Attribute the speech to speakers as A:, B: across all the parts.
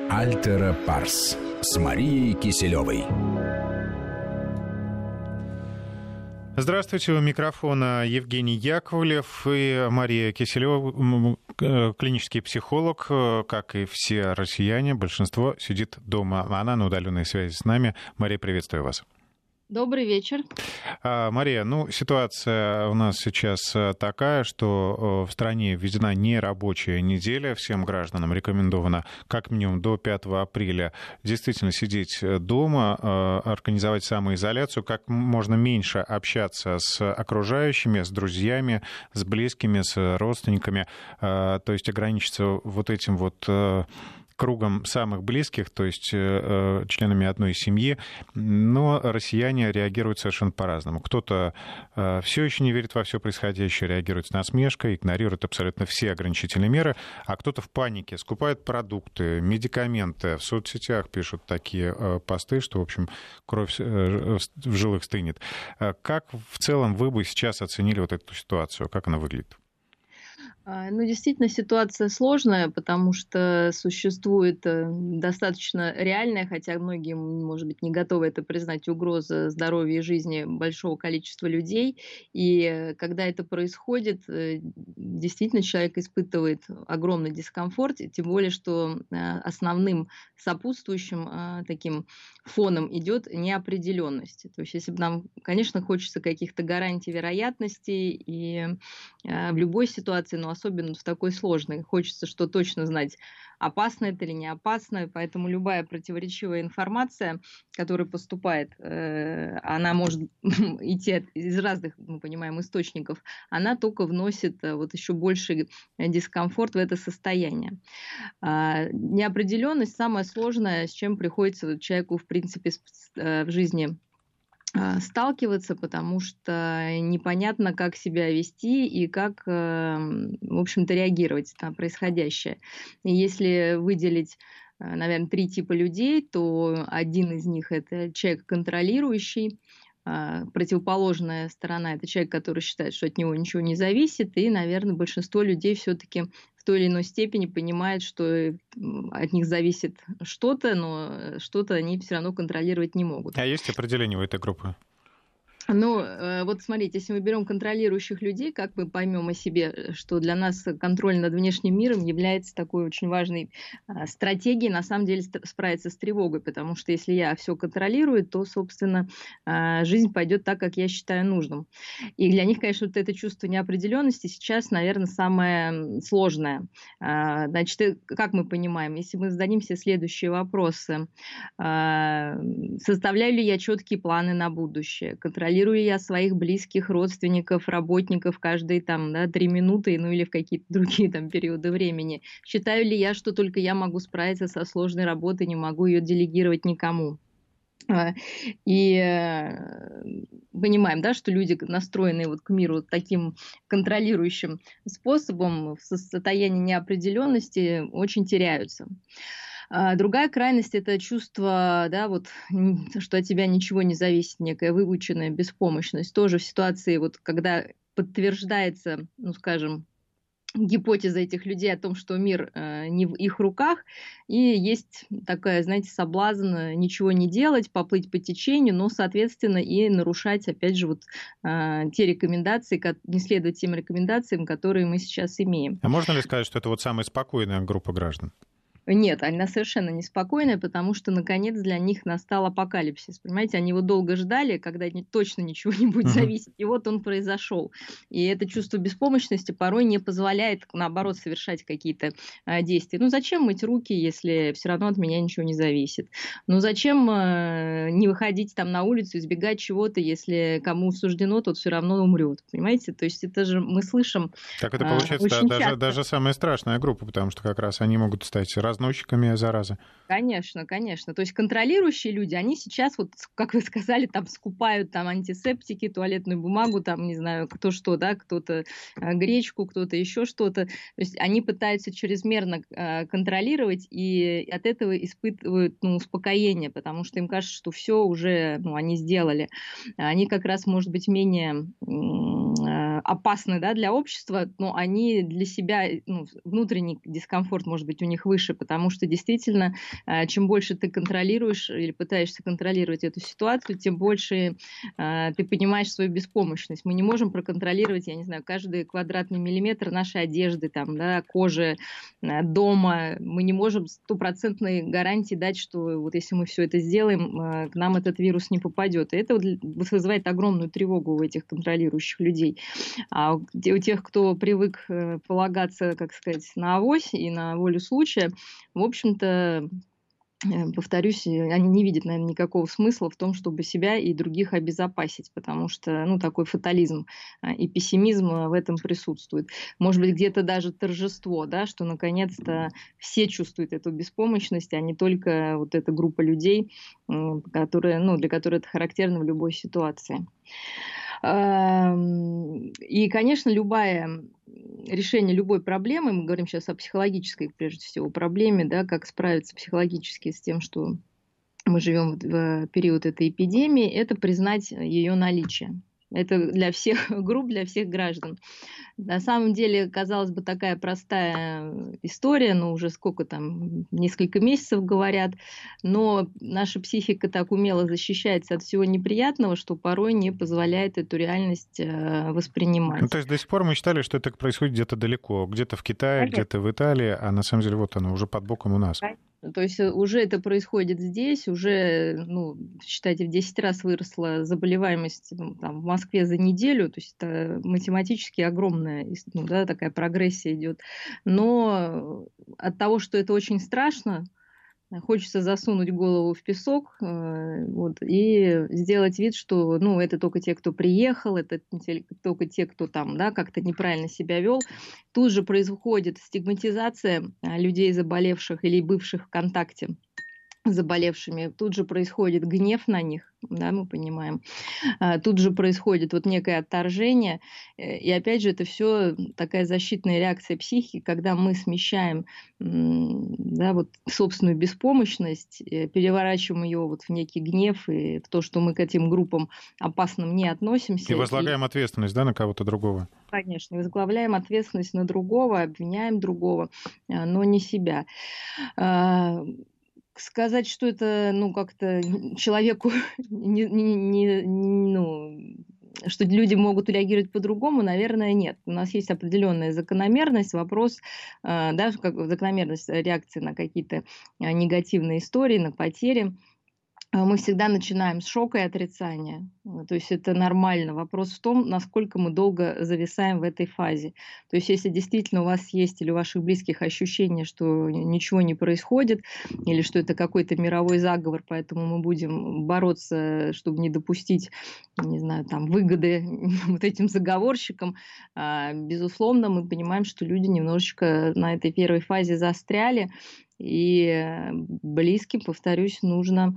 A: Альтера Парс с Марией Киселевой.
B: Здравствуйте, у микрофона Евгений Яковлев и Мария Киселева, клинический психолог, как и все россияне, большинство сидит дома. Она на удаленной связи с нами. Мария, приветствую вас.
C: Добрый вечер.
B: Мария, ситуация у нас сейчас такая, что в стране введена нерабочая неделя. Всем гражданам рекомендовано как минимум до 5 апреля действительно сидеть дома, организовать самоизоляцию, как можно меньше общаться с окружающими, с друзьями, с близкими, с родственниками, то есть ограничиться вот этим вот кругом самых близких, то есть членами одной семьи, но россияне реагируют совершенно по-разному. Кто-то все еще не верит во все происходящее, реагирует с насмешкой, игнорирует абсолютно все ограничительные меры, а кто-то в панике скупает продукты, медикаменты, в соцсетях пишут такие посты, что, в общем, кровь в жилах стынет. Как в целом вы бы сейчас оценили вот эту ситуацию? Как она выглядит?
C: Действительно, ситуация сложная, потому что существует достаточно реальная, хотя многие, может быть, не готовы это признать, угроза здоровью и жизни большого количества людей. И когда это происходит, действительно человек испытывает огромный дискомфорт, тем более, что основным сопутствующим таким фоном идет неопределенность. То есть, если бы нам, конечно, хочется каких-то гарантий вероятностей, и в любой ситуации, но особенно в такой сложной, хочется что точно знать, опасно это или не опасно, поэтому любая противоречивая информация, которая поступает, она может идти из разных, мы понимаем, источников, она только вносит вот еще больший дискомфорт в это состояние. Неопределенность самое сложное, с чем приходится человеку, в принципе, в жизни сталкиваться, потому что непонятно, как себя вести и как, в общем-то, реагировать на происходящее. И если выделить, наверное, 3 типа людей, то один из них – это человек контролирующий, противоположная сторона – это человек, который считает, что от него ничего не зависит, и, наверное, большинство людей все-таки в той или иной степени понимает, что от них зависит что-то, но что-то они все равно контролировать не могут.
B: А есть определение у этой группы?
C: Вот смотрите, если мы берем контролирующих людей, как мы поймем о себе, что для нас контроль над внешним миром является такой очень важной стратегией, на самом деле, справиться с тревогой, потому что если я все контролирую, то, собственно, жизнь пойдет так, как я считаю нужным. И для них, конечно, вот это чувство неопределенности сейчас, наверное, самое сложное. Значит, как мы понимаем, если мы зададим себе следующие вопросы: составляю ли я четкие планы на будущее, контролирую я своих близких, родственников, работников каждые 3 минуты, или в какие-то другие периоды времени. Считаю ли я, что только я могу справиться со сложной работой, не могу ее делегировать никому. И понимаем, что люди, настроенные к миру таким контролирующим способом, в состоянии неопределенности очень теряются. Другая крайность – это чувство, что от тебя ничего не зависит, некая выученная беспомощность. Тоже в ситуации, когда подтверждается, гипотеза этих людей о том, что мир не в их руках, и есть такая, соблазн ничего не делать, поплыть по течению, но, соответственно, и нарушать, опять же, те рекомендации, не следовать тем рекомендациям, которые мы сейчас имеем.
B: А можно ли сказать, что это самая спокойная группа граждан?
C: Нет, она совершенно неспокойная, потому что, наконец, для них настал апокалипсис. Понимаете, они его долго ждали, когда точно ничего не будет зависеть, и вот он произошел. И это чувство беспомощности порой не позволяет, наоборот, совершать какие-то действия. Зачем мыть руки, если все равно от меня ничего не зависит? Зачем не выходить на улицу, избегать чего-то, если кому суждено, тот все равно умрет? Понимаете? То есть это же мы слышим.
B: Так это получается даже самая страшная группа, потому что как раз они могут стать разносчиками заразы.
C: Конечно, конечно. То есть контролирующие люди, они сейчас, как вы сказали, скупают антисептики, туалетную бумагу, не знаю, кто что, кто-то гречку, кто-то еще что-то. То есть они пытаются чрезмерно контролировать и от этого испытывают успокоение, потому что им кажется, что все уже они сделали. Они как раз, может быть, менее опасны для общества, но они для себя, внутренний дискомфорт, может быть, у них выше, потому что действительно, чем больше ты контролируешь или пытаешься контролировать эту ситуацию, тем больше ты понимаешь свою беспомощность. Мы не можем проконтролировать, я не знаю, каждый квадратный миллиметр нашей одежды, там, да, кожи, дома. Мы не можем стопроцентной гарантии дать, что вот если мы все это сделаем, к нам этот вирус не попадет. И это вызывает огромную тревогу у этих контролирующих людей. А у тех, кто привык полагаться, как сказать, на авось и на волю случая, в общем-то, повторюсь, они не видят, наверное, никакого смысла в том, чтобы себя и других обезопасить, потому что, ну, такой фатализм и пессимизм в этом присутствует. Может быть, где-то даже торжество, да, что наконец-то все чувствуют эту беспомощность, а не только вот эта группа людей, которые, ну, для которой это характерно в любой ситуации. И, конечно, решение любой проблемы, мы говорим сейчас о психологической, прежде всего, проблеме, да, как справиться психологически с тем, что мы живем в период этой эпидемии, это признать ее наличие. Это для всех групп, для всех граждан. На самом деле, казалось бы, такая простая история, но уже сколько там, несколько месяцев говорят, но наша психика так умело защищается от всего неприятного, что порой не позволяет эту реальность воспринимать.
B: Ну, то есть до сих пор мы считали, что это происходит где-то далеко, где-то в Китае, где-то в Италии, а на самом деле вот оно уже под боком у нас.
C: То есть уже это происходит здесь, уже, ну, считайте, в 10 раз выросла заболеваемость там, в Москве за неделю, то есть это математически огромная, ну, да, такая прогрессия идет. Но от того, что это очень страшно, хочется засунуть голову в песок вот, и сделать вид, что ну, это только те, кто приехал, это только те, кто там да, как-то неправильно себя вел. Тут же происходит стигматизация людей, заболевших или бывших в контакте с заболевшими. Тут же происходит гнев на них, да, мы понимаем. Тут же происходит вот некое отторжение. И опять же, это все такая защитная реакция психики, когда мы смещаем да, вот собственную беспомощность, переворачиваем ее вот в некий гнев и в то, что мы к этим группам опасным не относимся.
B: И возлагаем ответственность, да, на кого-то другого.
C: Конечно, возглавляем ответственность на другого, обвиняем другого, но не себя. Сказать, что это, ну, как-то человеку, что люди могут реагировать по-другому, наверное, нет. У нас есть определенная закономерность, вопрос, да, как закономерность реакции на какие-то негативные истории, на потери. Мы всегда начинаем с шока и отрицания. То есть это нормально. Вопрос в том, насколько мы долго зависаем в этой фазе. То есть если действительно у вас есть или у ваших близких ощущение, что ничего не происходит, или что это какой-то мировой заговор, поэтому мы будем бороться, чтобы не допустить, не знаю, там, выгоды вот этим заговорщикам, безусловно, мы понимаем, что люди немножечко на этой первой фазе застряли, и близким, повторюсь, нужно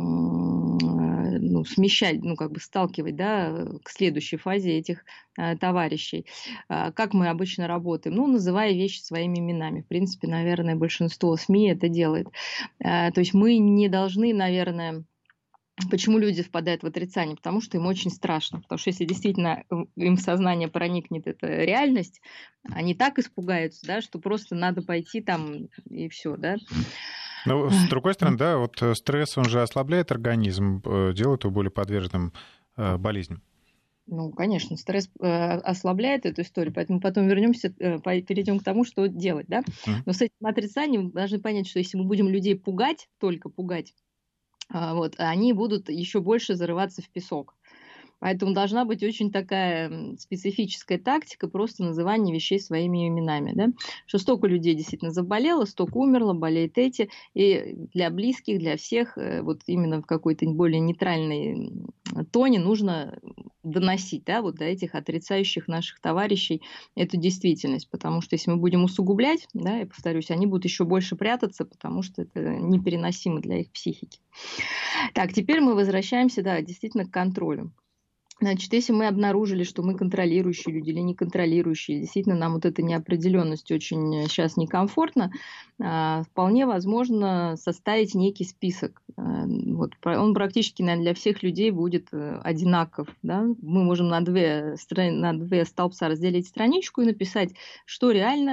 C: смещать, как бы сталкивать, да, к следующей фазе этих товарищей. Как мы обычно работаем? Называя вещи своими именами. В принципе, наверное, большинство СМИ это делает. То есть мы не должны, наверное... Почему люди впадают в отрицание? Потому что им очень страшно. Потому что если действительно им в сознание проникнет эта реальность, они так испугаются, да, что просто надо пойти там и все, да.
B: Но с другой стороны, да, вот стресс, он же ослабляет организм, делает его более подверженным болезням.
C: Конечно, стресс ослабляет эту историю, поэтому потом перейдем к тому, что делать, да. Но с этим отрицанием мы должны понять, что если мы будем людей пугать, только пугать, они будут еще больше зарываться в песок. Поэтому должна быть очень такая специфическая тактика просто называния вещей своими именами. Да? Что столько людей действительно заболело, столько умерло, болеют эти. И для близких, для всех вот именно в какой-то более нейтральной тоне нужно доносить, да, вот до этих отрицающих наших товарищей эту действительность. Потому что если мы будем усугублять, да, я повторюсь, они будут еще больше прятаться, потому что это непереносимо для их психики. Так, теперь мы возвращаемся, да, действительно к контролю. Значит, если мы обнаружили, что мы контролирующие люди или неконтролирующие, действительно нам вот эта неопределенность очень сейчас некомфортна, вполне возможно составить некий список. Вот, он практически, наверное, для всех людей будет одинаков. Да? Мы можем на две столбца разделить страничку и написать, что реально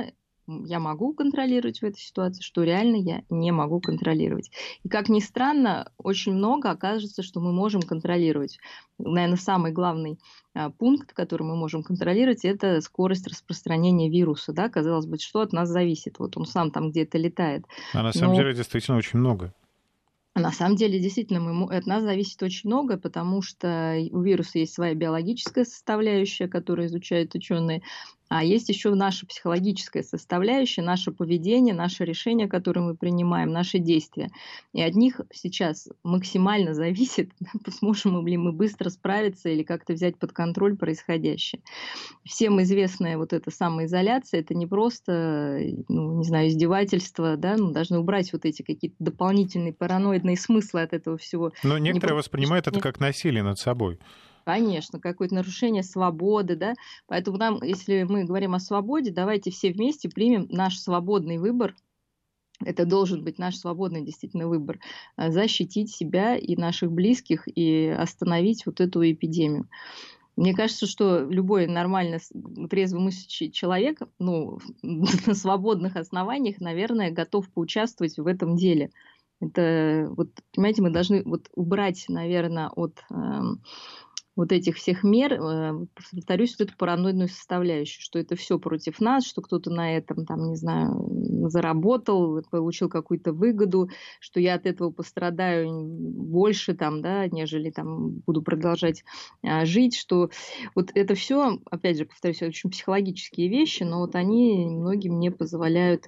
C: я могу контролировать в этой ситуации, что реально я не могу контролировать. И как ни странно, очень много окажется, что мы можем контролировать. Наверное, самый главный пункт, который мы можем контролировать, это скорость распространения вируса. Да? Казалось бы, что от нас зависит? Вот он сам там где-то летает.
B: А на самом деле действительно очень много.
C: На самом деле, действительно, от нас зависит очень много, потому что у вируса есть своя биологическая составляющая, которую изучают ученые, а есть еще наша психологическая составляющая, наше поведение, наши решения, которые мы принимаем, наши действия. И от них сейчас максимально зависит, сможем ли мы быстро справиться или как-то взять под контроль происходящее. Всем известная вот эта самоизоляция, это не просто, не знаю, издевательство, да, должны убрать вот эти какие-то дополнительные параноидные смыслы от этого всего.
B: Но некоторые воспринимают это как насилие над собой.
C: Конечно, какое-то нарушение свободы, да. Поэтому нам, если мы говорим о свободе, давайте все вместе примем наш свободный выбор. Это должен быть наш свободный действительно выбор. Защитить себя и наших близких и остановить вот эту эпидемию. Мне кажется, что любой нормально трезво мыслящий человек, на свободных основаниях, наверное, готов поучаствовать в этом деле. Это, вот, понимаете, мы должны убрать, наверное, от вот этих всех мер, повторюсь, вот эту параноидную составляющую, что это все против нас, что кто-то на этом, там, не знаю, заработал, получил какую-то выгоду, что я от этого пострадаю больше, там, да, нежели там, буду продолжать жить, что вот это все, опять же, повторюсь, очень психологические вещи, но вот они многим не позволяют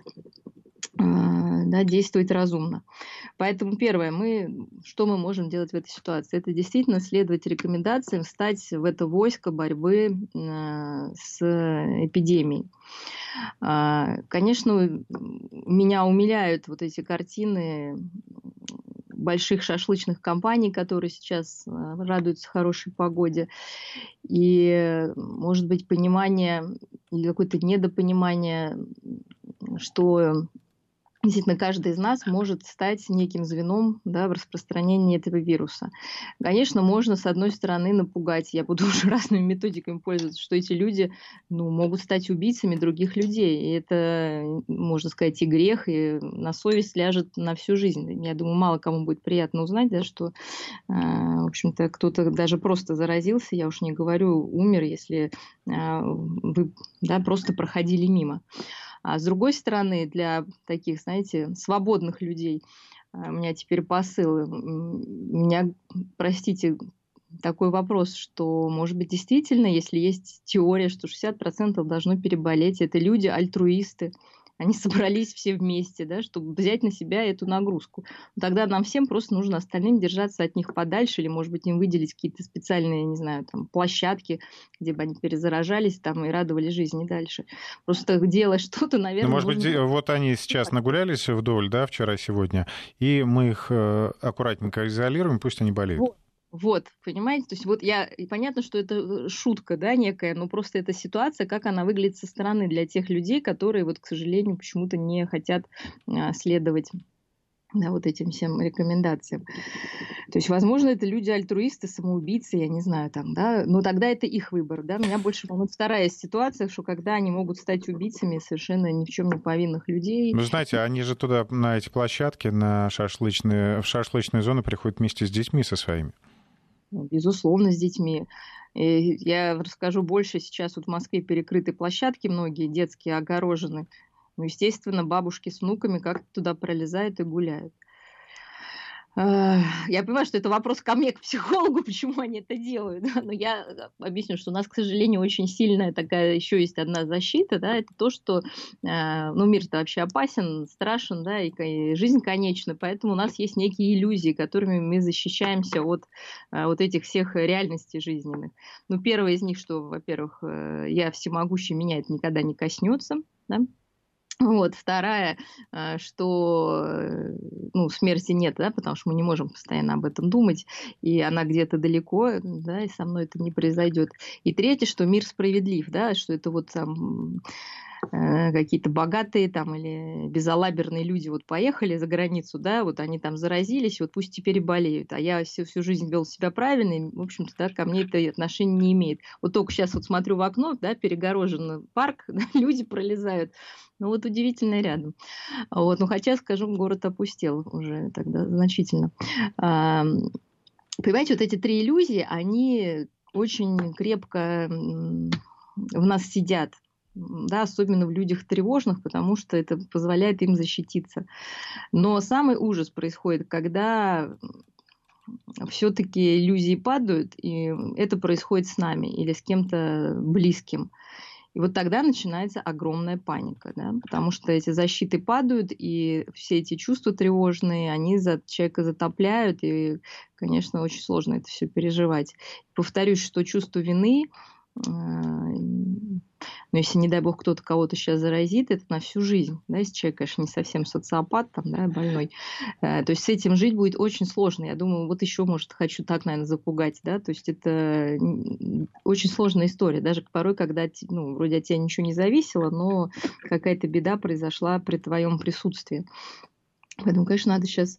C: действовать разумно. Поэтому первое, что мы можем делать в этой ситуации? Это действительно следовать рекомендациям, встать в это войско борьбы с эпидемией. Конечно, меня умиляют вот эти картины больших шашлычных компаний, которые сейчас радуются хорошей погоде. И, может быть, понимание или какое-то недопонимание, что действительно, каждый из нас может стать неким звеном, да, в распространении этого вируса. Конечно, можно, с одной стороны, напугать, я буду уже разными методиками пользоваться, что эти люди могут стать убийцами других людей. И это, можно сказать, и грех, и на совесть ляжет на всю жизнь. Я думаю, мало кому будет приятно узнать, да, что, в общем-то, кто-то даже просто заразился, я уж не говорю, умер, если вы просто проходили мимо. А с другой стороны, для таких, знаете, свободных людей, у меня теперь посыл, простите, такой вопрос, что, может быть, действительно, если есть теория, что 60% должно переболеть, это люди альтруисты, они собрались все вместе, да, чтобы взять на себя эту нагрузку. Тогда нам всем просто нужно остальным держаться от них подальше, или, может быть, им выделить какие-то специальные, не знаю, там, площадки, где бы они перезаражались там, и радовали жизни дальше. Просто делая что-то, наверное...
B: Может быть, вот они сейчас нагулялись вдоль, да, вчера-сегодня, и мы их аккуратненько изолируем, пусть они болеют.
C: Вот, понимаете, то есть понятно, что это шутка, да, некая, но просто эта ситуация, как она выглядит со стороны для тех людей, которые, к сожалению, почему-то не хотят следовать, да, вот этим всем рекомендациям. То есть, возможно, это люди альтруисты, самоубийцы, я не знаю, там, да, но тогда это их выбор, да. Меня больше волнует вторая ситуация, что когда они могут стать убийцами совершенно ни в чем не повинных людей.
B: Вы знаете, они же туда, на эти площадки, в шашлычные зоны приходят вместе с детьми со своими.
C: Безусловно, с детьми. И я расскажу больше. Сейчас в Москве перекрыты площадки, многие детские огорожены. Естественно, бабушки с внуками как-то туда пролезают и гуляют. Я понимаю, что это вопрос ко мне, к психологу, почему они это делают, да? Но я объясню, что у нас, к сожалению, очень сильная такая, еще есть одна защита, да, это то, что мир-то вообще опасен, страшен, да, и жизнь конечна, поэтому у нас есть некие иллюзии, которыми мы защищаемся от вот этих всех реальностей жизненных. Первое из них, что, во-первых, я всемогущий, меня это никогда не коснется, да. Вторая, что смерти нет, да, потому что мы не можем постоянно об этом думать, и она где-то далеко, да, и со мной это не произойдет. И третье, что мир справедлив, да, что это какие-то богатые там или безалаберные люди вот поехали за границу, да, вот они там заразились, вот пусть теперь и болеют, а я всю жизнь вел себя правильно, и, в общем-то, да, ко мне это отношения не имеет. Вот только сейчас вот смотрю в окно, да, перегорожен парк, да, люди пролезают, ну вот удивительно рядом. Вот, ну хотя, скажем, город опустел уже тогда значительно. Понимаете, вот эти 3 иллюзии, они очень крепко в нас сидят, да, особенно в людях тревожных, потому что это позволяет им защититься. Но самый ужас происходит, когда все-таки иллюзии падают, и это происходит с нами или с кем-то близким. И вот тогда начинается огромная паника, да, потому что эти защиты падают, и все эти чувства тревожные, они человека затопляют, и, конечно, очень сложно это все переживать. Повторюсь, что чувство вины, но если, не дай бог, кто-то кого-то сейчас заразит, это на всю жизнь. Да, если человек, конечно, не совсем социопат, там, да, больной. То есть с этим жить будет очень сложно. Я думаю, вот еще, может, хочу так, наверное, запугать. Да? То есть это очень сложная история. Даже порой, когда вроде от тебя ничего не зависело, но какая-то беда произошла при твоем присутствии. Поэтому, конечно, надо сейчас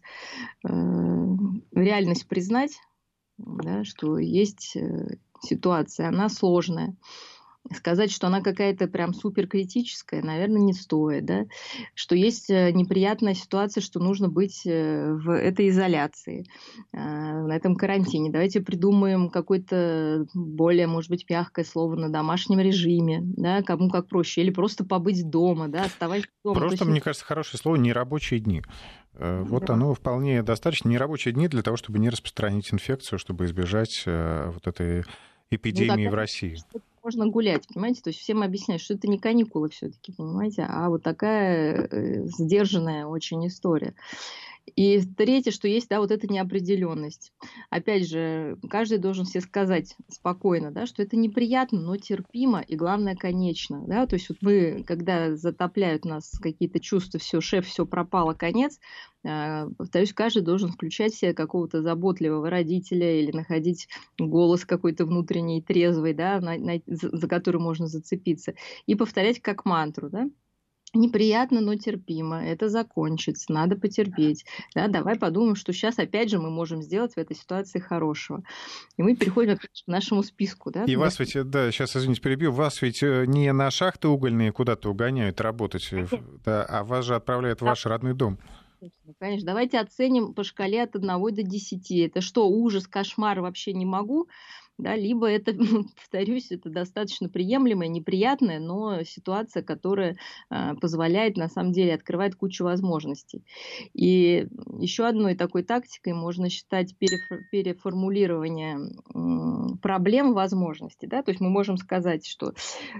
C: реальность признать, да, что есть ситуация, она сложная. Сказать, что она какая-то прям суперкритическая, наверное, не стоит, да? Что есть неприятная ситуация, что нужно быть в этой изоляции, на этом карантине. Давайте придумаем какое-то более, может быть, мягкое слово на домашнем режиме, да, кому как проще, или просто побыть дома, да, оставаться дома.
B: Просто, мне кажется, хорошее слово «нерабочие дни». Вот да. Оно вполне достаточно. Нерабочие дни для того, чтобы не распространить инфекцию, чтобы избежать вот этой эпидемии в России.
C: Можно гулять, понимаете? То есть всем объяснять, что это не каникулы все-таки, понимаете, а вот такая сдержанная очень история. И третье, что есть, да, вот эта неопределенность. Опять же, каждый должен себе сказать спокойно, да, что это неприятно, но терпимо и, главное, конечно. Да? То есть вот мы, когда затопляют нас какие-то чувства, все, шеф, все пропало, конец, повторюсь, каждый должен включать в себя какого-то заботливого родителя или находить голос какой-то внутренний, трезвый, да, за который можно зацепиться, и повторять как мантру, да. Неприятно, но терпимо. Это закончится, надо потерпеть. Да, давай подумаем, что сейчас опять же мы можем сделать в этой ситуации хорошего. И мы переходим опять к нашему списку. Да?
B: И вас ведь, да, сейчас, извините, перебью, вас ведь не на шахты угольные куда-то угоняют работать, да, а вас же отправляют в ваш родной дом.
C: Конечно. Давайте оценим по шкале от 1 до 10. Это что, ужас, кошмар, вообще не могу? Да, либо это, повторюсь, это достаточно приемлемая, неприятная, но ситуация, которая позволяет, на самом деле, открывает кучу возможностей. И еще одной такой тактикой можно считать переформулирование проблем возможностей. Да? То есть мы можем сказать, что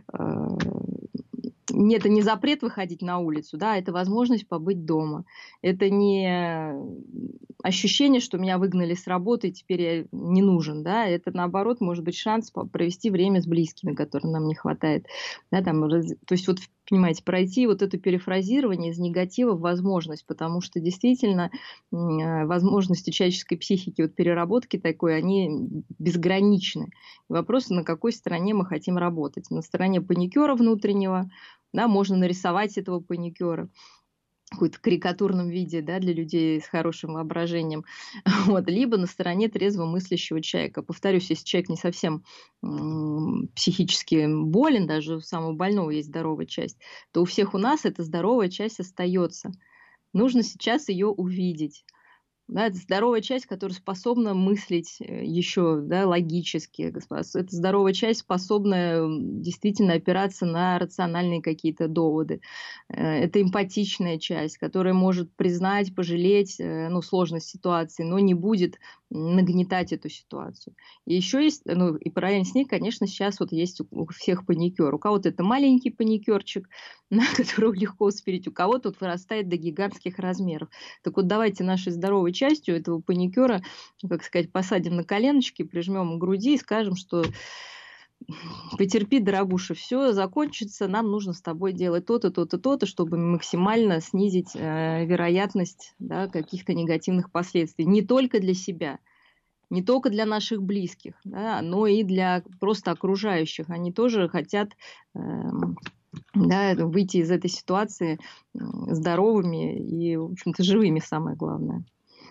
C: это не запрет выходить на улицу, да, это возможность побыть дома. Это не ощущение, что меня выгнали с работы, и теперь я не нужен, да, это наоборот может быть шанс провести время с близкими, которым нам не хватает, да, там, то есть вот, понимаете, пройти вот это перефразирование из негатива в возможность, потому что действительно возможности человеческой психики, вот переработки такой, они безграничны. Вопрос, на какой стороне мы хотим работать. На стороне паникера внутреннего, да, можно нарисовать этого паникера в какой-то карикатурном виде, да, для людей с хорошим воображением, вот, либо на стороне трезво мыслящего человека. Повторюсь, если человек не совсем психически болен, даже у самого больного есть здоровая часть, то у всех у нас эта здоровая часть остается. Нужно сейчас ее увидеть. Да, это здоровая часть, которая способна мыслить еще, да, логически. Это здоровая часть, способна действительно опираться на рациональные какие-то доводы. Это эмпатичная часть, которая может признать, пожалеть сложность ситуации, но не будет нагнетать эту ситуацию. И еще есть, и параллельно с ней, конечно, сейчас вот есть у всех паникер. У кого-то это маленький паникерчик, на которого легко успеть, у кого-то вот вырастает до гигантских размеров. Так вот, давайте нашей здоровой частью этого паникера, как сказать, посадим на коленочки, прижмем к груди и скажем, что потерпи, дорогуша, все закончится, нам нужно с тобой делать то-то, то-то, то-то, чтобы максимально снизить вероятность, да, каких-то негативных последствий. Не только для себя, не только для наших близких, да, но и для просто окружающих. Они тоже хотят да, выйти из этой ситуации здоровыми и, в общем-то, живыми, самое главное.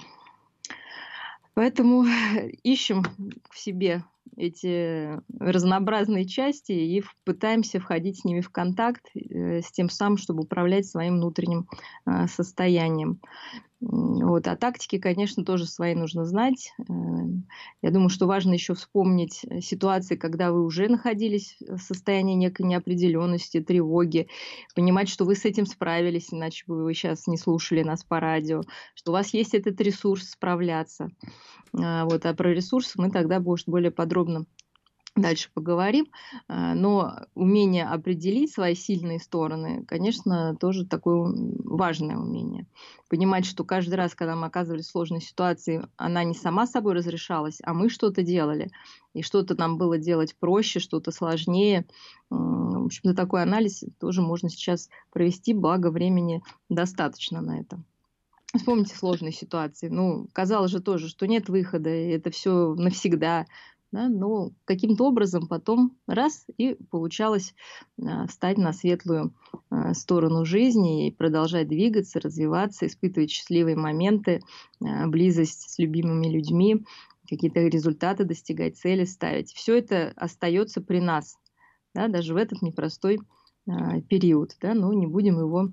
C: Поэтому ищем в себе эти разнообразные части и пытаемся входить с ними в контакт, с тем самым, чтобы управлять своим внутренним состоянием. Вот. А тактики, конечно, тоже свои нужно знать. Я думаю, что важно еще вспомнить ситуации, когда вы уже находились в состоянии некой неопределенности, тревоги, понимать, что вы с этим справились, иначе бы вы сейчас не слушали нас по радио, что у вас есть этот ресурс справляться. Вот. А про ресурсы мы тогда, может, более подробно дальше поговорим, но умение определить свои сильные стороны, конечно, тоже такое важное умение. Понимать, что каждый раз, когда мы оказывались в сложной ситуации, она не сама собой разрешалась, а мы что-то делали. И что-то нам было делать проще, что-то сложнее. В общем-то, такой анализ тоже можно сейчас провести, благо времени достаточно на это. Вспомните сложные ситуации. Казалось же тоже, что нет выхода, и это все навсегда. Да, но каким-то образом потом раз и получалось встать на светлую сторону жизни и продолжать двигаться, развиваться, испытывать счастливые моменты, близость с любимыми людьми, какие-то результаты достигать, цели ставить. Все это остается при нас, да, даже в этот непростой период, да, но не будем его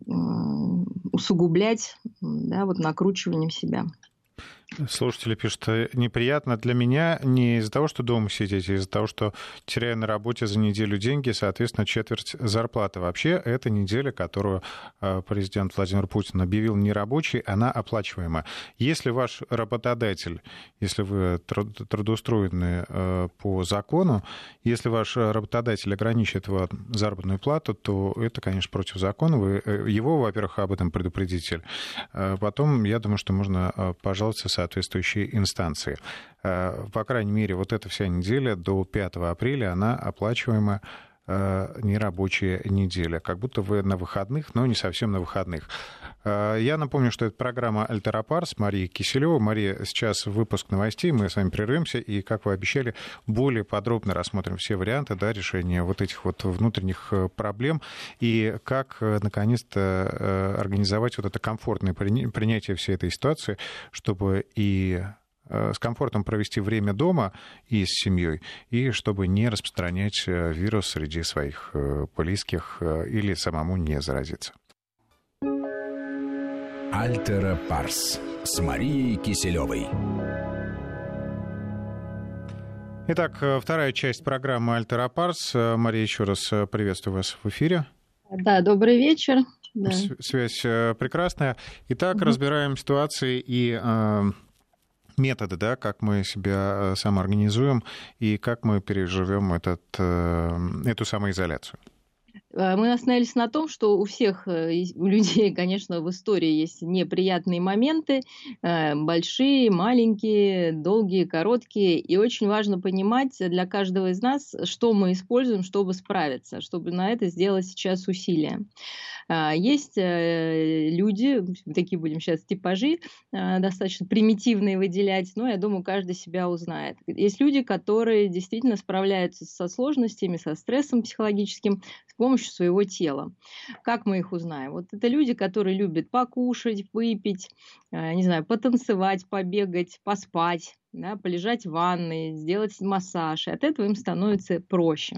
C: усугублять, да, вот накручиванием себя.
B: Слушатели пишут, неприятно для меня не из-за того, что дома сидеть, а из-за того, что теряю на работе за неделю деньги, соответственно, четверть зарплаты. Вообще, эта неделя, которую президент Владимир Путин объявил нерабочей, она оплачиваема. Если ваш работодатель, если вы трудоустроены по закону, если ваш работодатель ограничит вам заработную плату, то это, конечно, против закона. Вы его, во-первых, об этом предупредите. Потом, я думаю, что можно пожаловаться соответствующие инстанции. По крайней мере, вот эта вся неделя до 5 апреля, она оплачиваема нерабочая неделя. Как будто вы на выходных, но не совсем на выходных. Я напомню, что это программа «Альтера Парс» с Марией Киселевой. Мария, сейчас выпуск новостей, мы с вами прервемся, и, как вы обещали, более подробно рассмотрим все варианты решения вот этих вот внутренних проблем и как, наконец-то, организовать вот это комфортное принятие всей этой ситуации, чтобы и с комфортом провести время дома и с семьей, и чтобы не распространять вирус среди своих близких или самому не заразиться.
A: Альтера Парс с Марией Киселевой.
B: Итак, вторая часть программы «Альтера Парс». Мария, еще раз приветствую вас в эфире.
C: Да, добрый вечер. Да.
B: Связь прекрасная. Итак, разбираем ситуации и методы, да, как мы себя самоорганизуем и как мы переживем эту самоизоляцию.
C: Мы остановились на том, что у всех у людей, конечно, в истории есть неприятные моменты, большие, маленькие, долгие, короткие, и очень важно понимать для каждого из нас, что мы используем, чтобы справиться, чтобы на это сделать сейчас усилия. Есть люди, такие будем сейчас типажи, достаточно примитивные выделять, но я думаю, каждый себя узнает. Есть люди, которые действительно справляются со сложностями, со стрессом психологическим с помощью своего тела. Как мы их узнаем? Вот это люди, которые любят покушать, выпить, не знаю, потанцевать, побегать, поспать, да, полежать в ванной, сделать массаж, и от этого им становится проще.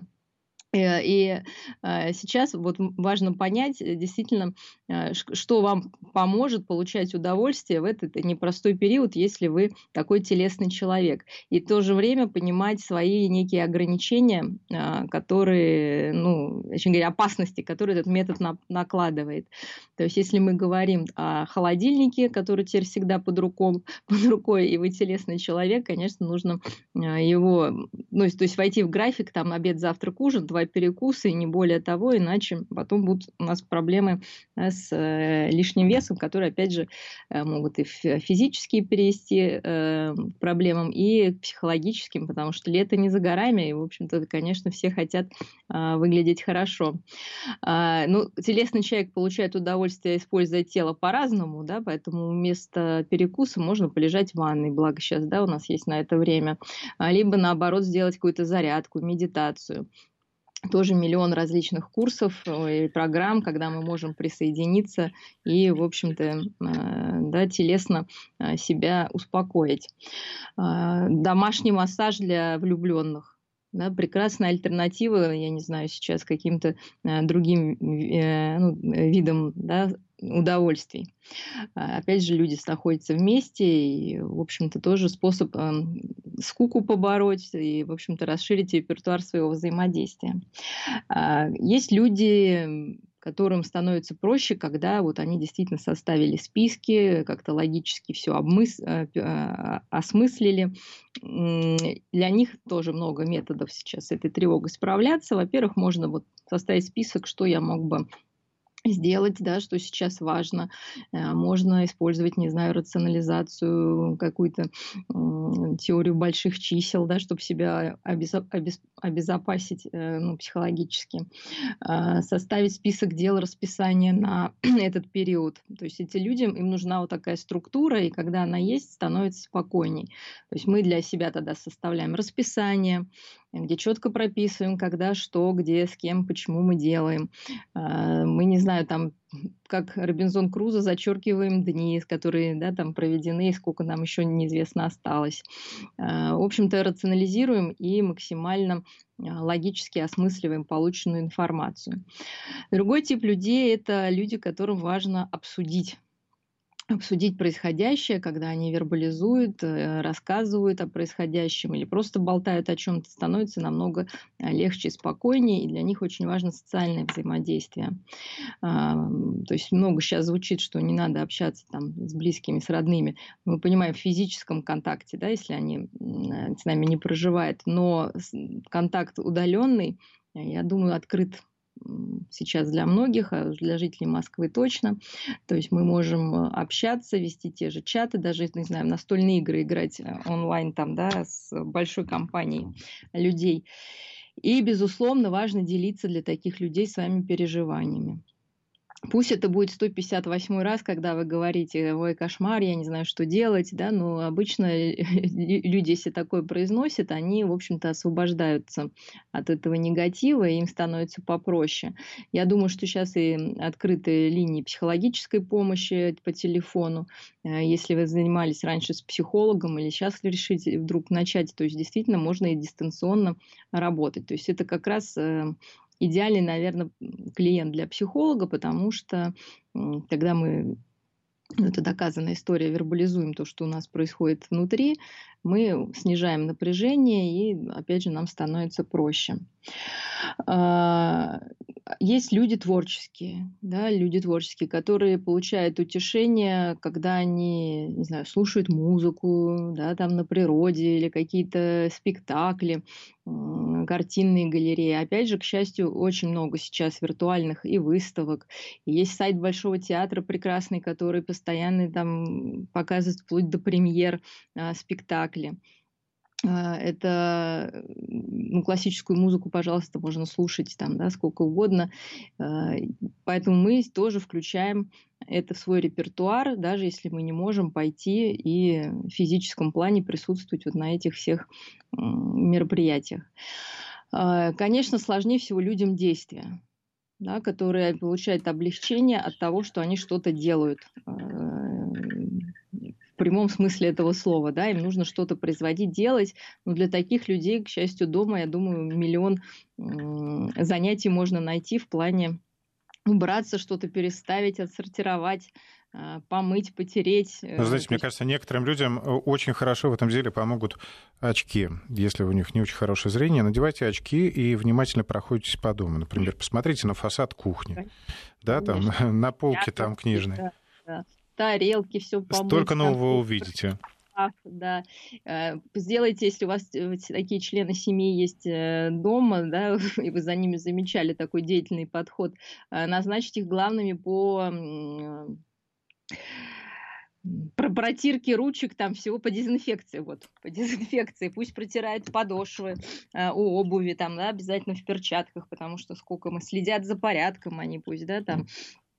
C: И сейчас вот важно понять действительно, что вам поможет получать удовольствие в этот непростой период, если вы такой телесный человек. И в то же время понимать свои некие ограничения, которые, очень говоря, опасности, которые этот метод накладывает. То есть если мы говорим о холодильнике, который теперь всегда под рукой, и вы телесный человек, конечно, нужно его, то есть войти в график, там обед, завтрак, ужин, 2 перекусы, и не более того, иначе потом будут у нас проблемы с лишним весом, которые, опять же, могут и физически перевести к проблемам, и к психологическим, потому что лето не за горами, и, в общем-то, конечно, все хотят выглядеть хорошо. Телесный человек получает удовольствие, используя тело по-разному, да, поэтому вместо перекуса можно полежать в ванной, благо сейчас, да, у нас есть на это время, либо, наоборот, сделать какую-то зарядку, медитацию. тоже миллион различных курсов и программ, когда мы можем присоединиться и, в общем-то, да, телесно себя успокоить. Домашний массаж для влюбленных. Да, прекрасная альтернатива, я не знаю, сейчас каким-то другим видом, да, удовольствий. Опять же, люди находятся вместе, и, в общем-то, тоже способ скуку побороть и, в общем-то, расширить репертуар своего взаимодействия. Есть люди, которым становится проще, когда вот они действительно составили списки, как-то логически все осмыслили. Для них тоже много методов сейчас с этой тревогой справляться. Во-первых, можно вот составить список, что я мог бы сделать, да, что сейчас важно. Можно использовать, не знаю, рационализацию, какую-то теорию больших чисел, да, чтобы себя обезопасить психологически. Составить список дел, расписание на этот период. То есть эти людям, им нужна вот такая структура, и когда она есть, становится спокойней. То есть мы для себя тогда составляем расписание, где четко прописываем, когда, что, где, с кем, почему мы делаем. Мы, не знаю, там, как Робинзон Крузо, зачеркиваем дни, которые, да, там проведены, и сколько нам еще неизвестно осталось. В общем-то, рационализируем и максимально логически осмысливаем полученную информацию. Другой тип людей – это люди, которым важно обсудить происходящее, когда они вербализуют, рассказывают о происходящем или просто болтают о чем-то, становится намного легче и спокойнее, и для них очень важно социальное взаимодействие. То есть много сейчас звучит, что не надо общаться там с близкими, с родными. Мы понимаем, в физическом контакте, да, если они с нами не проживают, но контакт удаленный, я думаю, открыт сейчас для многих, а для жителей Москвы точно. То есть мы можем общаться, вести те же чаты, даже, не знаю, настольные игры играть онлайн там, да, с большой компанией людей. И, безусловно, важно делиться для таких людей своими переживаниями. Пусть это будет 158 раз, когда вы говорите: ой, кошмар, я не знаю, что делать, да, но обычно люди, если такое произносят, они, в общем-то, освобождаются от этого негатива, и им становится попроще. Я думаю, что сейчас и открытые линии психологической помощи по телефону, если вы занимались раньше с психологом или сейчас решите вдруг начать, то есть действительно можно и дистанционно работать. То есть это как раз идеальный, наверное, клиент для психолога, потому что когда мы, это доказанная история, вербализуем то, что у нас происходит внутри, мы снижаем напряжение, и, опять же, нам становится проще. Есть люди творческие, да, которые получают утешение, когда они, не знаю, слушают музыку, да, там на природе, или какие-то спектакли, картинные галереи. Опять же, к счастью, очень много сейчас виртуальных и выставок. И есть сайт Большого театра прекрасный, который постоянно там показывает вплоть до премьер спектакли. Это классическую музыку, пожалуйста, можно слушать там, да, сколько угодно. Поэтому мы тоже включаем это в свой репертуар, даже если мы не можем пойти и в физическом плане присутствовать вот на этих всех мероприятиях. Конечно, сложнее всего людям действия, да, которые получают облегчение от того, что они что-то делают. В прямом смысле этого слова, да, им нужно что-то производить, делать, но для таких людей, к счастью, дома, я думаю, миллион занятий можно найти в плане убраться, что-то переставить, отсортировать, помыть, потереть.
B: Вы знаете, мне кажется, некоторым людям очень хорошо в этом деле помогут очки. Если у них не очень хорошее зрение, надевайте очки и внимательно проходитесь по дому. Например, посмотрите на фасад кухни, да, там на полке там книжной.
C: Да. Тарелки, все помыть.
B: Столько нового увидите.
C: Да. Сделайте, если у вас такие члены семьи есть дома, да, и вы за ними замечали такой деятельный подход, назначьте их главными по протирке ручек, там всего по дезинфекции, вот, по дезинфекции. Пусть протирают подошвы у обуви, там, да, обязательно в перчатках, потому что сколько мы следят за порядком, они пусть, да, там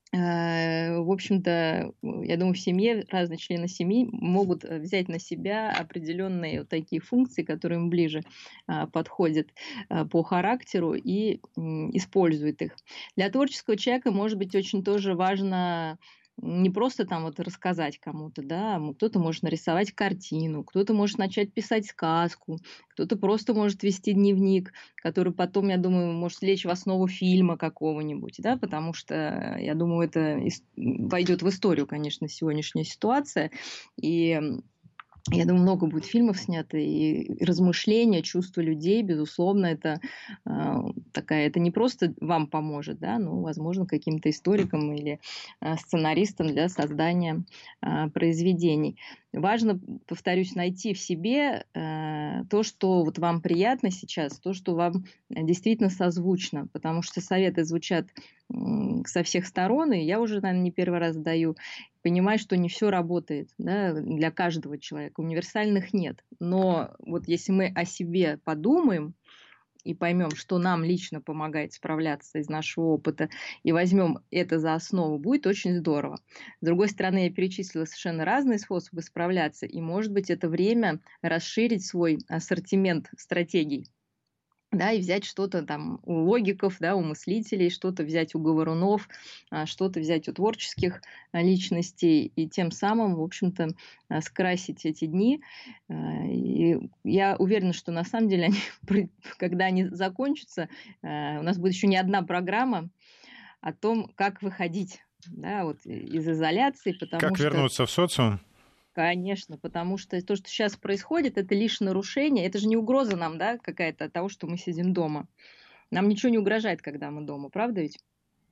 C: В общем-то, я думаю, в семье разные члены семьи могут взять на себя определенные вот такие функции, которые им ближе подходят по характеру, и используют их. Для творческого человека может быть очень тоже важно не просто там вот рассказать кому-то, да, кто-то может нарисовать картину, кто-то может начать писать сказку, кто-то просто может вести дневник, который потом, я думаю, может лечь в основу фильма какого-нибудь, да, потому что, я думаю, это войдет в историю, конечно, сегодняшняя ситуация, и я думаю, много будет фильмов снято, и размышления, чувства людей, безусловно, это это не просто вам поможет, да, но, возможно, каким-то историкам или сценаристам для создания произведений. Важно, повторюсь, найти в себе то, что вот вам приятно сейчас, то, что вам действительно созвучно, потому что советы звучат со всех сторон, и я уже, наверное, не первый раз даю, понимаю, что не все работает, да, для каждого человека, универсальных нет. Но вот если мы о себе подумаем и поймем, что нам лично помогает справляться из нашего опыта, и возьмем это за основу, будет очень здорово. С другой стороны, я перечислила совершенно разные способы справляться, и, может быть, это время расширить свой ассортимент стратегий. Да, и взять что-то там у логиков, да, у мыслителей, что-то взять у говорунов, что-то взять у творческих личностей, и тем самым, в общем-то, скрасить эти дни. И я уверена, что на самом деле, когда они закончатся, у нас будет еще не одна программа о том, как выходить, да, вот из изоляции, потому
B: как
C: что...
B: вернуться в социум?
C: Конечно, потому что то, что сейчас происходит, это лишь нарушение, это же не угроза нам, да, какая-то от того, что мы сидим дома. Нам ничего не угрожает, когда мы дома, правда ведь?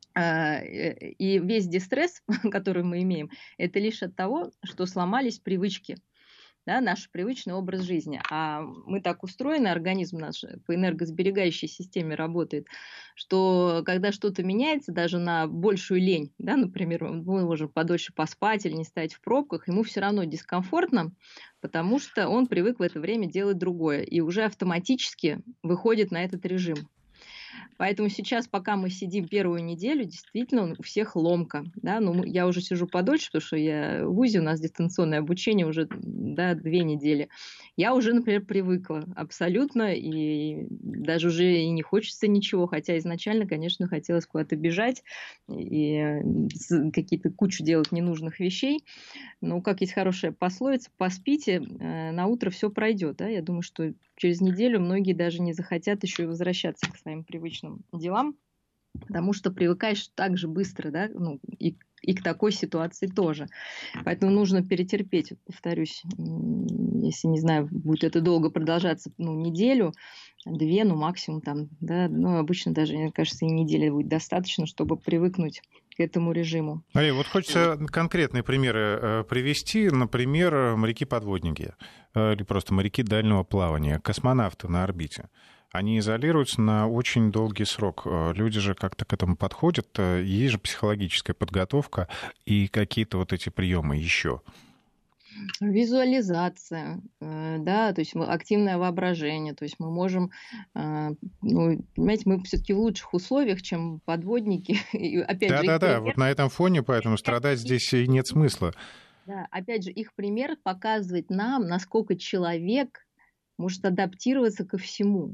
C: И весь дистресс, который мы имеем, это лишь от того, что сломались привычки, да, наш привычный образ жизни. А мы так устроены, организм наш по энергосберегающей системе работает, что когда что-то меняется, даже на большую лень, да, например, мы можем подольше поспать или не стоять в пробках, ему все равно дискомфортно, потому что он привык в это время делать другое и уже автоматически выходит на этот режим. Поэтому сейчас, пока мы сидим первую неделю, действительно у всех ломка. Да? Ну, я уже сижу подольше, потому что я в ВУЗе, у нас дистанционное обучение уже 2 недели. Я уже, например, привыкла абсолютно, и даже уже и не хочется ничего, хотя изначально, конечно, хотелось куда-то бежать и какие-то кучу делать ненужных вещей. Но, как есть хорошая пословица, поспите, на утро все пройдет. Да? Я думаю, что через неделю многие даже не захотят еще и возвращаться к своим привычным делам, потому что привыкаешь так же быстро, да, ну, и к такой ситуации тоже. Поэтому нужно перетерпеть, повторюсь, если, не знаю, будет это долго продолжаться, ну, неделю, 2, ну, максимум там, да, ну, обычно даже, мне кажется, и недели будет достаточно, чтобы привыкнуть к этому режиму.
B: Мария, вот хочется конкретные примеры привести. Например, моряки-подводники или просто моряки дальнего плавания, космонавты на орбите. Они изолируются на очень долгий срок. Люди же как-то к этому подходят. Есть же психологическая подготовка и какие-то вот эти приемы еще.
C: Визуализация, да, то есть активное воображение, то есть мы можем, ну, понимаете, мы все-таки в лучших условиях, чем подводники. И опять же,
B: Да, вот на этом фоне, поэтому страдать здесь и нет смысла.
C: Да, опять же, их пример показывает нам, насколько человек может адаптироваться ко всему.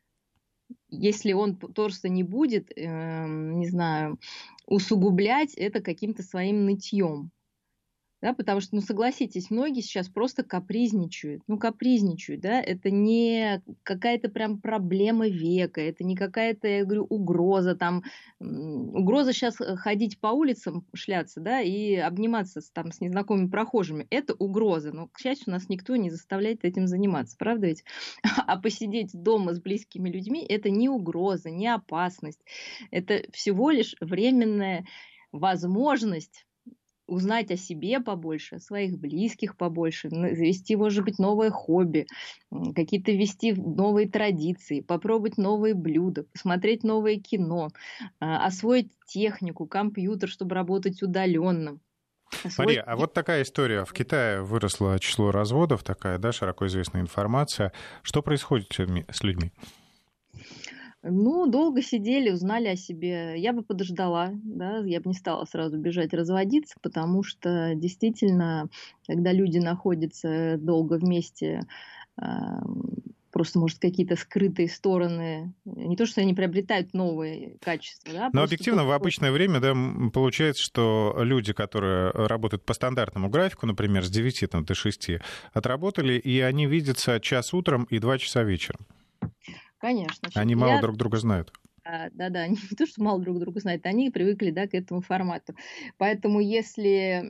C: Если он просто не будет, не знаю, усугублять это каким-то своим нытьем. Да, потому что, ну, согласитесь, многие сейчас просто капризничают. Ну, капризничают, да, это не какая-то прям проблема века, это не какая-то, я говорю, угроза там. Угроза сейчас ходить по улицам, шляться, да, и обниматься там с незнакомыми прохожими. Это угроза, но, к счастью, нас никто не заставляет этим заниматься, правда ведь? А посидеть дома с близкими людьми – это не угроза, не опасность. Это всего лишь временная возможность узнать о себе побольше, о своих близких побольше, завести, может быть, новое хобби, какие-то ввести новые традиции, попробовать новые блюда, посмотреть новое кино, освоить технику, компьютер, чтобы работать удаленно.
B: Мария, а вот такая история. В Китае выросло число разводов, такая, да, широко известная информация. Что происходит с людьми?
C: Ну, долго сидели, узнали о себе. Я бы подождала, да, я бы не стала сразу бежать разводиться, потому что действительно, когда люди находятся долго вместе, просто, может, какие-то скрытые стороны, не то, что они приобретают новые качества, да,
B: Но
C: просто
B: объективно в обычное время, да, получается, что люди, которые работают по стандартному графику, например, с 9 до 6, отработали, и они видятся час утром и 2 часа вечером.
C: Конечно. Значит,
B: Они мало друг друга знают.
C: Да-да, они не то, что мало друг друга знают, они привыкли, да, к этому формату. Поэтому если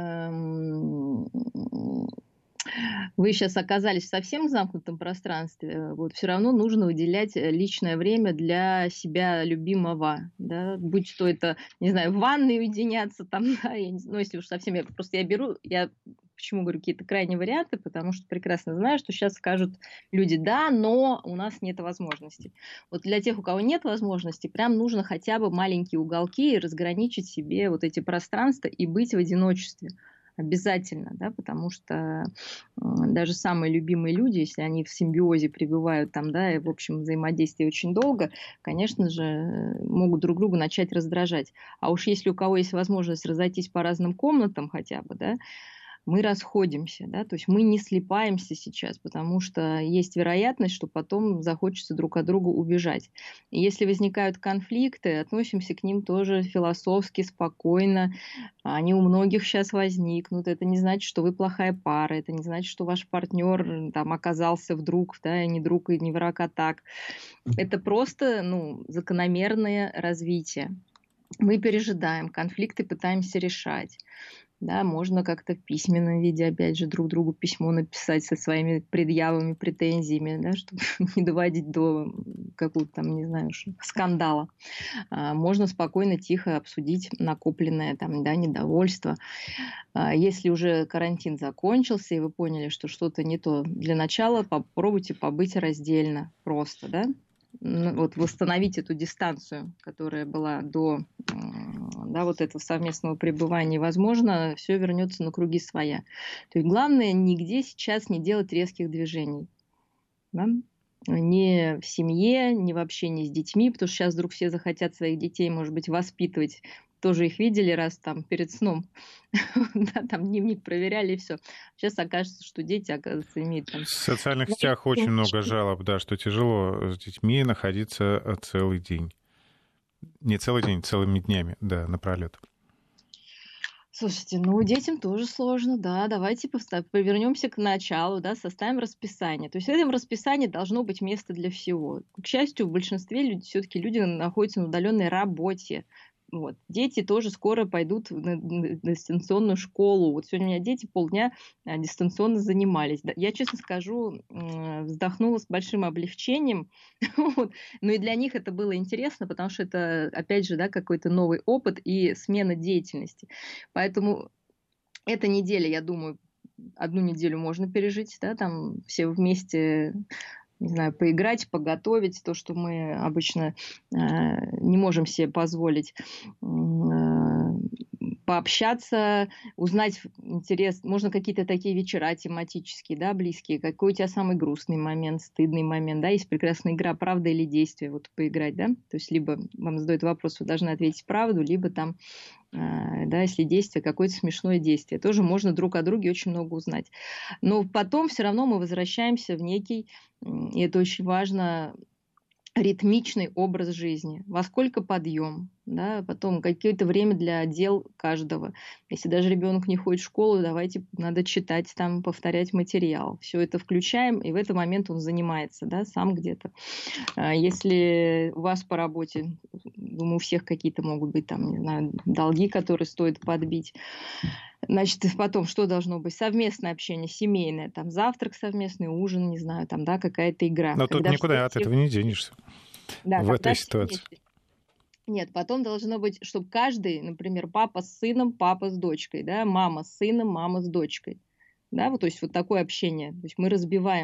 C: вы сейчас оказались в совсем замкнутом пространстве, вот все равно нужно выделять личное время для себя любимого, да, будь то это, не знаю, в ванной уединяться там, да, я не знаю, ну, если уж совсем, я почему говорю какие-то крайние варианты, потому что прекрасно знаю, что сейчас скажут люди, да, но у нас нет возможности. Вот для тех, у кого нет возможности, прям нужно хотя бы маленькие уголки и разграничить себе вот эти пространства и быть в одиночестве. Обязательно, да, потому что даже самые любимые люди, если они в симбиозе пребывают там, да, и в общем взаимодействии очень долго, конечно же, могут друг друга начать раздражать. А уж если у кого есть возможность разойтись по разным комнатам хотя бы, да, мы расходимся, да, то есть мы не слипаемся сейчас, потому что есть вероятность, что потом захочется друг от друга убежать. И если возникают конфликты, относимся к ним тоже философски, спокойно. Они у многих сейчас возникнут. Это не значит, что вы плохая пара, это не значит, что ваш партнер там оказался вдруг, да, не друг и не враг, а так. Это просто, ну, закономерное развитие. Мы пережидаем, конфликты пытаемся решать. Да, можно как-то в письменном виде, опять же, друг другу письмо написать со своими предъявами, претензиями, да, чтобы не доводить до какого-то там, не знаю, скандала. Можно спокойно, тихо обсудить накопленное там, да, недовольство. Если уже карантин закончился, и вы поняли, что что-то не то, для начала попробуйте побыть раздельно просто, да, вот восстановить эту дистанцию, которая была до, да, вот этого совместного пребывания, возможно, все вернется на круги своя. То есть главное нигде сейчас не делать резких движений. Да? Ни в семье, ни в общении с детьми, потому что сейчас вдруг все захотят своих детей, может быть, воспитывать. Тоже их видели раз там перед сном, да, там дневник проверяли и все. Сейчас окажется, что дети, оказывается, имеют там...
B: В социальных сетях очень много жалоб, да, что тяжело с детьми находиться целый день. Не целый день, целыми днями, да, напролет.
C: Слушайте, ну детям тоже сложно, да, давайте повернемся к началу, да, составим расписание. То есть в этом расписании должно быть место для всего. К счастью, в большинстве людей все-таки люди находятся на удаленной работе. Вот. Дети тоже скоро пойдут на дистанционную школу. Вот сегодня у меня дети полдня дистанционно занимались. Я, честно скажу, вздохнула с большим облегчением. Вот. Но и для них это было интересно, потому что это, опять же, да, какой-то новый опыт и смена деятельности. Поэтому эта неделя, я думаю, одну неделю можно пережить, да, там все вместе, не знаю, поиграть, поготовить, то, что мы обычно не можем себе позволить, пообщаться, узнать интерес, можно какие-то такие вечера тематические, да, близкие, какой у тебя самый грустный момент, стыдный момент, да, есть прекрасная игра «Правда или действие», вот поиграть, да, то есть либо вам задают вопрос, вы должны ответить правду, либо там, да, если действие, какое-то смешное действие, тоже можно друг о друге очень много узнать. Но потом все равно мы возвращаемся в некий, и это очень важно, ритмичный образ жизни. Во сколько подъем, да, потом какое-то время для дел каждого. Если даже ребенок не ходит в школу, давайте, надо читать, там, повторять материал. Все это включаем, и в этот момент он занимается, да, сам где-то. Если у вас по работе, думаю, у всех какие-то могут быть там, не знаю, долги, которые стоит подбить. Значит, потом что должно быть? Совместное общение, семейное, там завтрак совместный, ужин, не знаю, там, да, какая-то игра.
B: Но тут никуда от этого не денешься, да, в этой ситуации.
C: Нет, потом должно быть, чтобы каждый, например, папа с сыном, папа с дочкой, да, мама с сыном, мама с дочкой. Да, вот, то есть вот такое общение. То есть мы разбиваем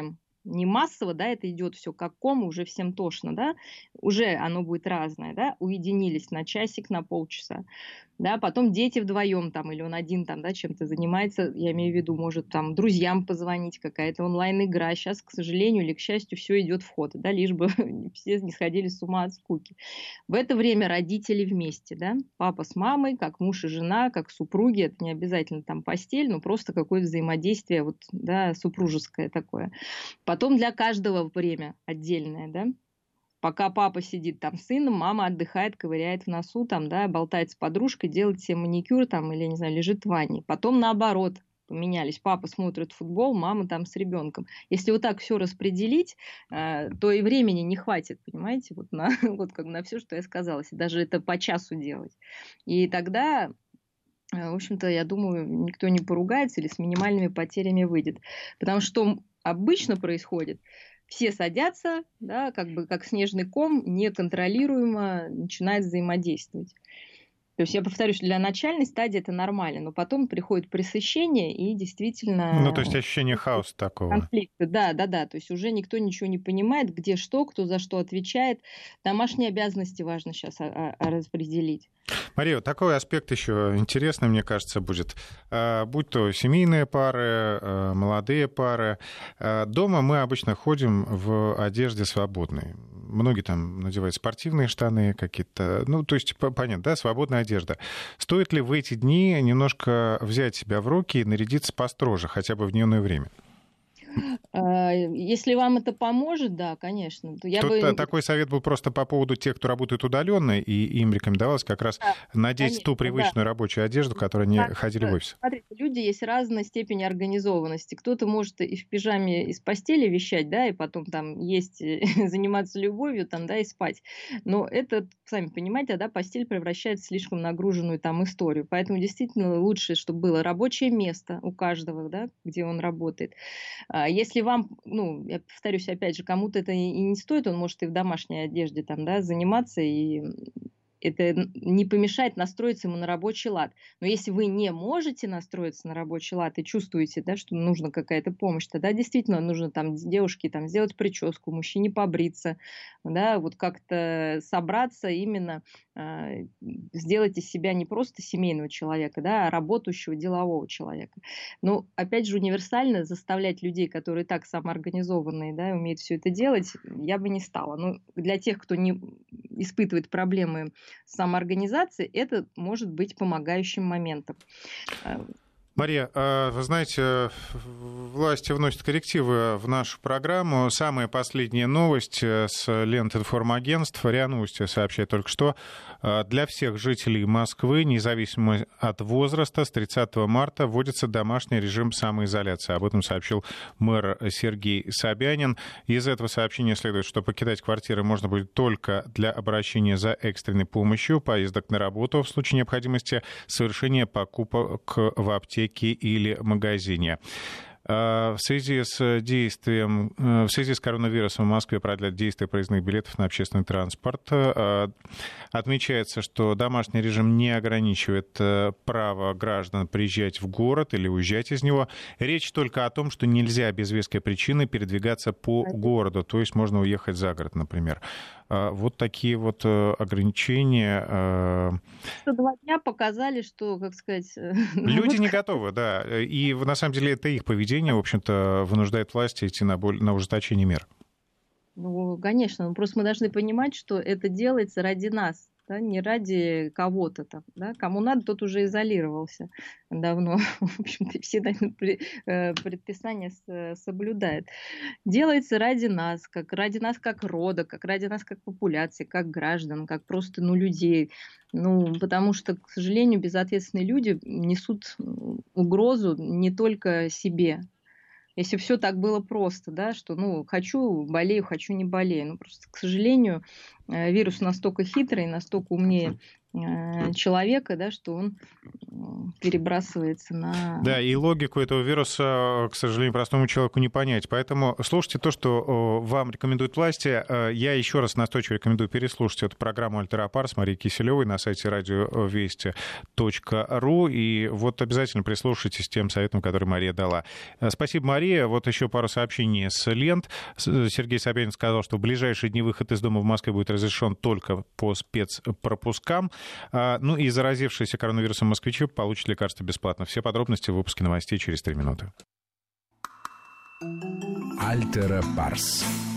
C: не массово, да, это идет все как ком, уже всем тошно, да, уже оно будет разное, да, уединились на часик, на полчаса, да, потом дети вдвоем там, или он один там, да, чем-то занимается, я имею в виду, может там друзьям позвонить, какая-то онлайн-игра, сейчас, к сожалению или к счастью, все идет в ход, да, лишь бы все не сходили с ума от скуки. В это время родители вместе, да, папа с мамой, как муж и жена, как супруги, это не обязательно там постель, но просто какое-то взаимодействие, вот, да, супружеское такое. Потом для каждого время отдельное, да. Пока папа сидит там с сыном, мама отдыхает, ковыряет в носу, там, да, болтает с подружкой, делает себе маникюр, там, или, не знаю, лежит в ванне. Потом наоборот, поменялись. Папа смотрит футбол, мама там с ребенком. Если вот так все распределить, то и времени не хватит, понимаете, вот, вот как на все, что я сказала, если даже это по часу делать. И тогда, в общем-то, я думаю, никто не поругается или с минимальными потерями выйдет. Потому что обычно происходит, все садятся, да, как бы как снежный ком, неконтролируемо начинает взаимодействовать. То есть я повторюсь, для начальной стадии это нормально, но потом приходит пресыщение и действительно...
B: Ну, то есть ощущение хаоса такого.
C: Конфликты, да. То есть уже никто ничего не понимает, где что, кто за что отвечает. Домашние обязанности важно сейчас распределить.
B: Мария, такой аспект еще интересный, мне кажется, будет. Будь то семейные пары, молодые пары. Дома мы обычно ходим в одежде свободной. Многие там надевают спортивные штаны какие-то. Ну, то есть, понятно, да, свободная одежда. Стоит ли в эти дни немножко взять себя в руки и нарядиться построже, хотя бы в дневное время?
C: Если вам это поможет, да, конечно. То я бы...
B: Такой совет был просто по поводу тех, кто работает удаленно, и им рекомендовалось как раз надеть конечно, ту привычную рабочую одежду, которой они ходили в офис.
C: Смотрите, люди есть разной степени организованности. Кто-то может и в пижаме из постели вещать, да, и потом там есть, заниматься любовью, там, да, и спать. Но это, сами понимаете, да, постель превращается в слишком нагруженную там историю. Поэтому действительно лучше, чтобы было рабочее место у каждого, да, где он работает. Если вам, ну, я повторюсь, опять же, кому-то это и не стоит, он может и в домашней одежде там, да, заниматься, и это не помешает настроиться ему на рабочий лад. Но если вы не можете настроиться на рабочий лад и чувствуете, да, что нужна какая-то помощь, тогда действительно нужно там девушке там, сделать прическу, мужчине побриться, да, вот как-то собраться именно, сделать из себя не просто семейного человека, да, а работающего делового человека. Но, опять же, универсально заставлять людей, которые так самоорганизованные, да, умеют все это делать, я бы не стала. Но для тех, кто не испытывает проблемы самоорганизации, это может быть помогающим моментом.
B: Мария, вы знаете, власти вносят коррективы в нашу программу. Самая последняя новость с лент информагентств. РИА Новости сообщает только что. Для всех жителей Москвы, независимо от возраста, с 30 марта вводится домашний режим самоизоляции. Об этом сообщил мэр Сергей Собянин. Из этого сообщения следует, что покидать квартиры можно будет только для обращения за экстренной помощью, поездок на работу в случае необходимости, совершения покупок в аптеке или магазине. В связи с коронавирусом в Москве продлят действие проездных билетов на общественный транспорт. Отмечается, что домашний режим не ограничивает право граждан приезжать в город или уезжать из него. Речь только о том, что нельзя без веской причины передвигаться по городу, то есть можно уехать за город, например. Вот такие вот ограничения.
C: 102 дня показали, что, как сказать...
B: Люди не готовы, да. И на самом деле это их поведение, в общем-то, вынуждает власти идти на ужесточение мер.
C: Ну, конечно. Просто мы должны понимать, что это делается ради нас. Да, не ради кого-то там, да, кому надо, тот уже изолировался давно, в общем-то, все предписания соблюдает. Делается ради нас как рода, как ради нас как популяции, как граждан, как просто, ну, людей, ну, потому что, к сожалению, безответственные люди несут угрозу не только себе. Если все так было просто, да, что, ну, хочу, болею, хочу, не болею. Ну, просто, к сожалению, вирус настолько хитрый, настолько умнее человека, да, что он перебрасывается на...
B: Да, и логику этого вируса, к сожалению, простому человеку не понять. Поэтому слушайте то, что вам рекомендуют власти. Я еще раз настойчиво рекомендую переслушать эту программу «Альтера-Парс» Марии Киселевой на сайте радиовести.ру. И вот обязательно прислушайтесь к тем советам, которые Мария дала. Спасибо, Мария. Вот еще пару сообщений с лент. Сергей Собянин сказал, что в ближайшие дни выход из дома в Москве будет разрешен только по спецпропускам. Ну и заразившиеся коронавирусом москвичи получат лекарства бесплатно. Все подробности в выпуске новостей через 3 минуты.
A: Альтера-Парс.